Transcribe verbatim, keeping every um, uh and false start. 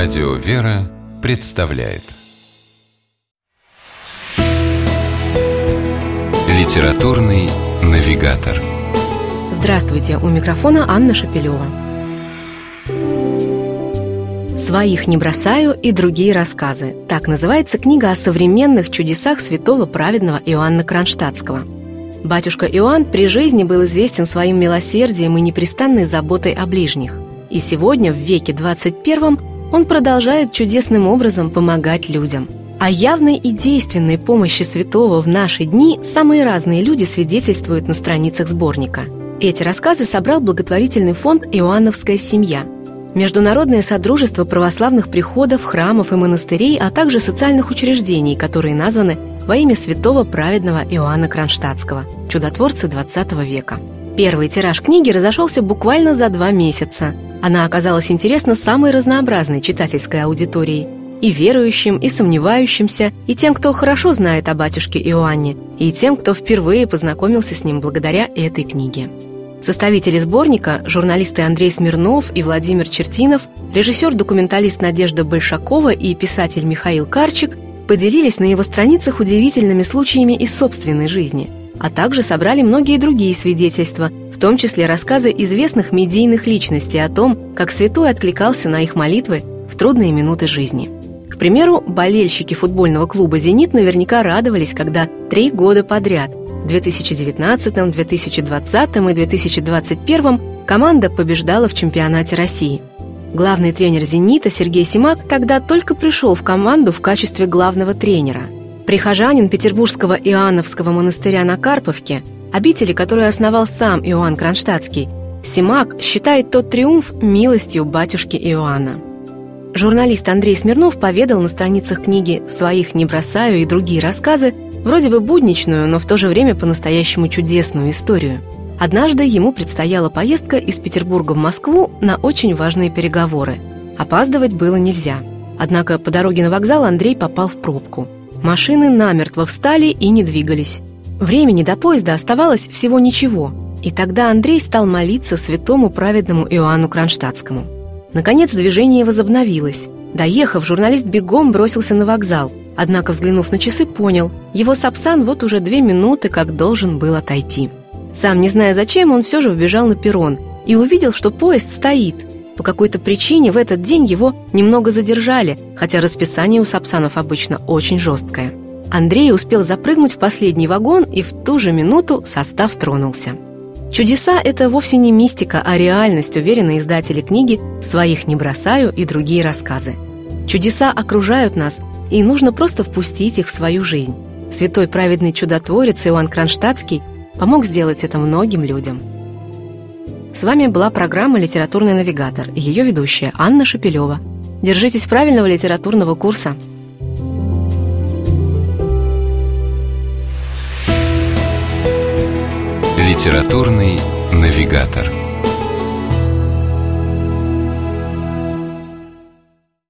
Радио «Вера» представляет Литературный навигатор. Здравствуйте, у микрофона Анна Шапилева. «Своих не бросаю» и другие рассказы. Так называется книга о современных чудесах святого праведного Иоанна Кронштадтского. Батюшка Иоанн при жизни был известен своим милосердием и непрестанной заботой о ближних. И сегодня, в веке двадцать первом, он продолжает чудесным образом помогать людям. О явной и действенной помощи святого в наши дни самые разные люди свидетельствуют на страницах сборника. Эти рассказы собрал благотворительный фонд «Иоанновская семья», международное содружество православных приходов, храмов и монастырей, а также социальных учреждений, которые названы во имя святого праведного Иоанна Кронштадтского, чудотворца двадцатого века. Первый тираж книги разошелся буквально за два месяца. Она оказалась интересна самой разнообразной читательской аудиторией – и верующим, и сомневающимся, и тем, кто хорошо знает о батюшке Иоанне, и тем, кто впервые познакомился с ним благодаря этой книге. Составители сборника, журналисты Андрей Смирнов и Владимир Чертинов, режиссер-документалист Надежда Большакова и писатель Михаил Карчик поделились на его страницах удивительными случаями из собственной жизни, а также собрали многие другие свидетельства, в том числе рассказы известных медийных личностей о том, как святой откликался на их молитвы в трудные минуты жизни. К примеру, болельщики футбольного клуба «Зенит» наверняка радовались, когда три года подряд в две тысячи девятнадцатом, две тысячи двадцатом и две тысячи двадцать первом команда побеждала в чемпионате России. Главный тренер «Зенита» Сергей Семак тогда только пришел в команду в качестве главного тренера. Прихожанин Петербургского Иоанновского монастыря на Карповке, обители, которую основал сам Иоанн Кронштадтский, Семак считает тот триумф милостью батюшки Иоанна. Журналист Андрей Смирнов поведал на страницах книги «Своих не бросаю» и другие рассказы вроде бы будничную, но в то же время по-настоящему чудесную историю. Однажды ему предстояла поездка из Петербурга в Москву на очень важные переговоры. Опаздывать было нельзя. Однако по дороге на вокзал Андрей попал в пробку. Машины намертво встали и не двигались. Времени до поезда оставалось всего ничего, и тогда Андрей стал молиться святому праведному Иоанну Кронштадтскому. Наконец движение возобновилось. Доехав, журналист бегом бросился на вокзал. Однако, взглянув на часы, понял, его сапсан вот уже две минуты как должен был отойти. Сам не зная зачем, он все же вбежал на перрон и увидел, что поезд стоит. По какой-то причине в этот день его немного задержали, хотя расписание у сапсанов обычно очень жесткое. Андрей успел запрыгнуть в последний вагон, и в ту же минуту состав тронулся. Чудеса – это вовсе не мистика, а реальность, уверены издатели книги «Своих не бросаю» и другие рассказы. Чудеса окружают нас, и нужно просто впустить их в свою жизнь. Святой праведный чудотворец Иоанн Кронштадтский помог сделать это многим людям. С вами была программа «Литературный навигатор» и ее ведущая Анна Шапилева. Держитесь правильного литературного курса. Литературный навигатор.